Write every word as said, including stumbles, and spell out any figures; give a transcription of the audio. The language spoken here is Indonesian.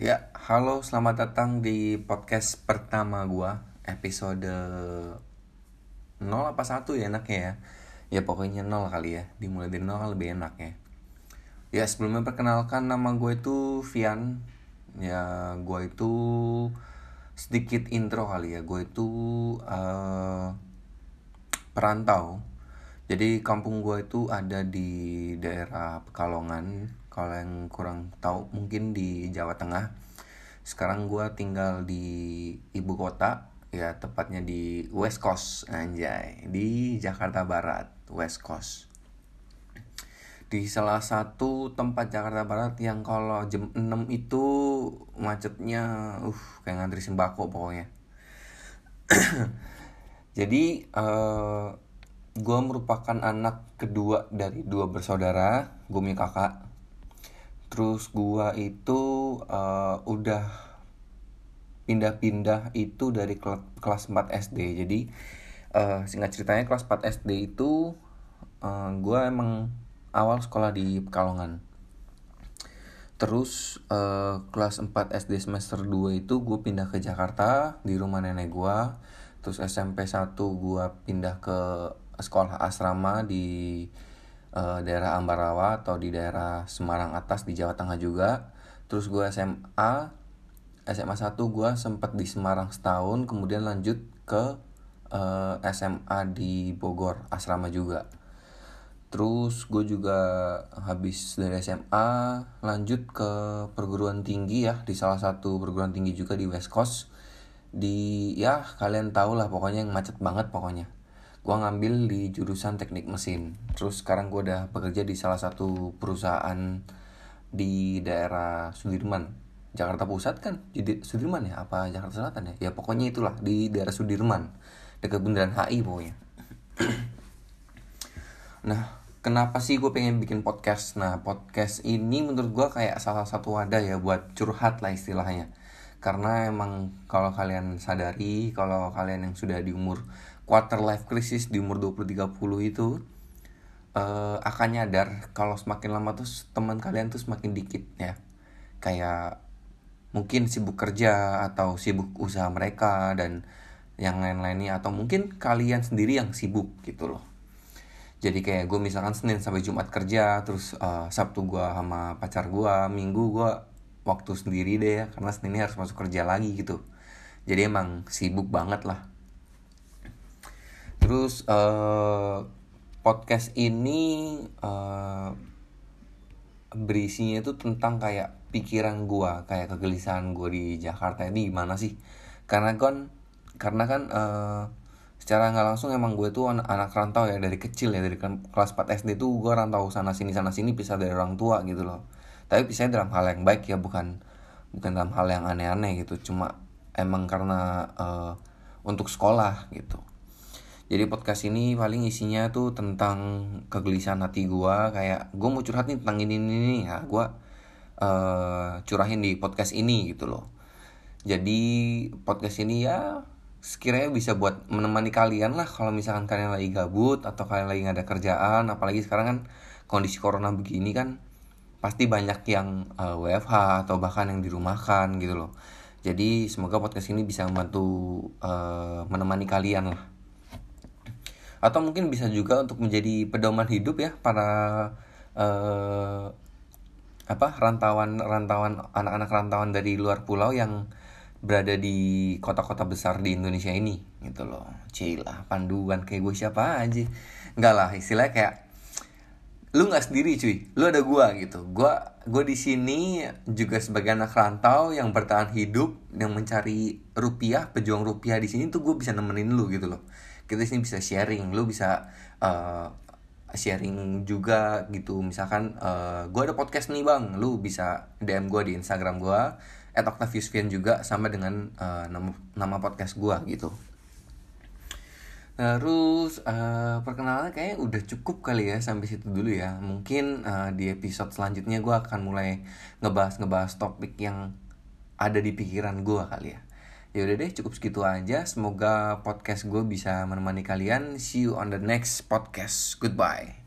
Ya, halo, selamat datang di podcast pertama gua, episode nol apa satu ya enaknya ya. Ya pokoknya nol kali ya, dimulai dari nol kan lebih enak ya. Ya sebelumnya perkenalkan, nama gue itu Vian. Ya gue itu sedikit intro kali ya, gue itu uh, perantau. Jadi kampung gue itu ada di daerah Pekalongan. Kalau yang kurang tahu mungkin di Jawa Tengah. Sekarang gue tinggal di ibu kota, ya tepatnya di West Coast, anjay, di Jakarta Barat, West Coast. Di salah satu tempat Jakarta Barat yang kalau jam enam itu macetnya uh kayak ngantri sembako pokoknya. Jadi uh, gue merupakan anak kedua dari dua bersaudara, gue punya kakak. Terus gue itu uh, udah pindah-pindah itu dari kel- kelas empat S D. Jadi uh, singkat ceritanya kelas empat S D itu uh, gue emang awal sekolah di Pekalongan. Terus uh, kelas empat S D semester dua itu gue pindah ke Jakarta di rumah nenek gue. Terus S M P satu gue pindah ke sekolah asrama di uh, daerah Ambarawa atau di daerah Semarang Atas di Jawa Tengah juga. Terus gue S M A S M A satu gue sempat di Semarang setahun, kemudian lanjut ke uh, S M A di Bogor asrama juga. Terus gue juga habis dari S M A lanjut ke perguruan tinggi ya, di salah satu perguruan tinggi juga di West Coast. Di ya kalian tau lah pokoknya yang macet banget pokoknya. Gue ngambil di jurusan teknik mesin. Terus sekarang gue udah bekerja di salah satu perusahaan di daerah Sudirman, Jakarta Pusat kan, jadi Sudirman ya apa Jakarta Selatan ya, ya pokoknya itulah di daerah Sudirman dekat Bundaran H I pokoknya. Nah, kenapa sih gue pengen bikin podcast? Nah, podcast ini menurut gue kayak salah satu wadah ya buat curhat lah istilahnya. Karena emang kalau kalian sadari, kalau kalian yang sudah di umur quarter life crisis di umur dua puluh tiga puluh itu uh, akan nyadar kalau semakin lama tuh teman kalian tuh semakin dikit ya. Kayak mungkin sibuk kerja atau sibuk usaha mereka dan yang lain-lainnya, atau mungkin kalian sendiri yang sibuk gitu loh. Jadi kayak gue misalkan Senin sampai Jumat kerja, terus uh, Sabtu gue sama pacar gue, Minggu gue waktu sendiri deh ya, karena Senin ini harus masuk kerja lagi gitu. Jadi emang sibuk banget lah. Terus uh, podcast ini uh, berisinya itu tentang kayak pikiran gue, kayak kegelisahan gue di Jakarta ini gimana sih. Karena kan karena kan uh, secara nggak langsung emang gue tuh anak, anak rantau ya dari kecil ya, dari kelas empat S D tuh gue rantau sana sini sana sini pisah dari orang tua gitu loh. Tapi pisahnya dalam hal yang baik ya, bukan bukan dalam hal yang aneh-aneh gitu, cuma emang karena uh, untuk sekolah gitu. Jadi podcast ini paling isinya tuh tentang kegelisahan hati gue, kayak gue mau curhat nih tentang ini ini, ini ya gue uh, curahin di podcast ini gitu loh. Jadi podcast ini ya sekiranya bisa buat menemani kalian lah kalau misalkan kalian lagi gabut atau kalian lagi gak ada kerjaan. Apalagi sekarang kan kondisi corona begini kan pasti banyak yang uh, W F H atau bahkan yang dirumahkan gitu loh. Jadi semoga podcast ini bisa membantu uh, menemani kalian lah. Atau mungkin bisa juga untuk menjadi pedoman hidup ya para uh, apa rantauan-rantauan anak-anak rantauan dari luar pulau yang berada di kota-kota besar di Indonesia ini gitu loh. Cilah, panduan kayak gue siapa aja. Enggak lah, istilahnya kayak lu nggak sendiri cuy, lu ada gue gitu. Gue gue di sini juga sebagai anak rantau yang bertahan hidup, yang mencari rupiah, pejuang rupiah di sini tuh gue bisa nemenin lu gitu loh. Kita di sini bisa sharing, lu bisa uh, sharing juga gitu. Misalkan uh, gue ada podcast nih bang, lu bisa D M gue di Instagram gue at octaviusvian juga sama dengan uh, nama, nama podcast gue gitu. Terus uh, perkenalan kayaknya udah cukup kali ya, sampai situ dulu ya. Mungkin uh, di episode selanjutnya gue akan mulai ngebahas-ngebahas topik yang ada di pikiran gue kali ya. Ya udah deh, cukup segitu aja. Semoga podcast gue bisa menemani kalian. See you on the next podcast. Goodbye.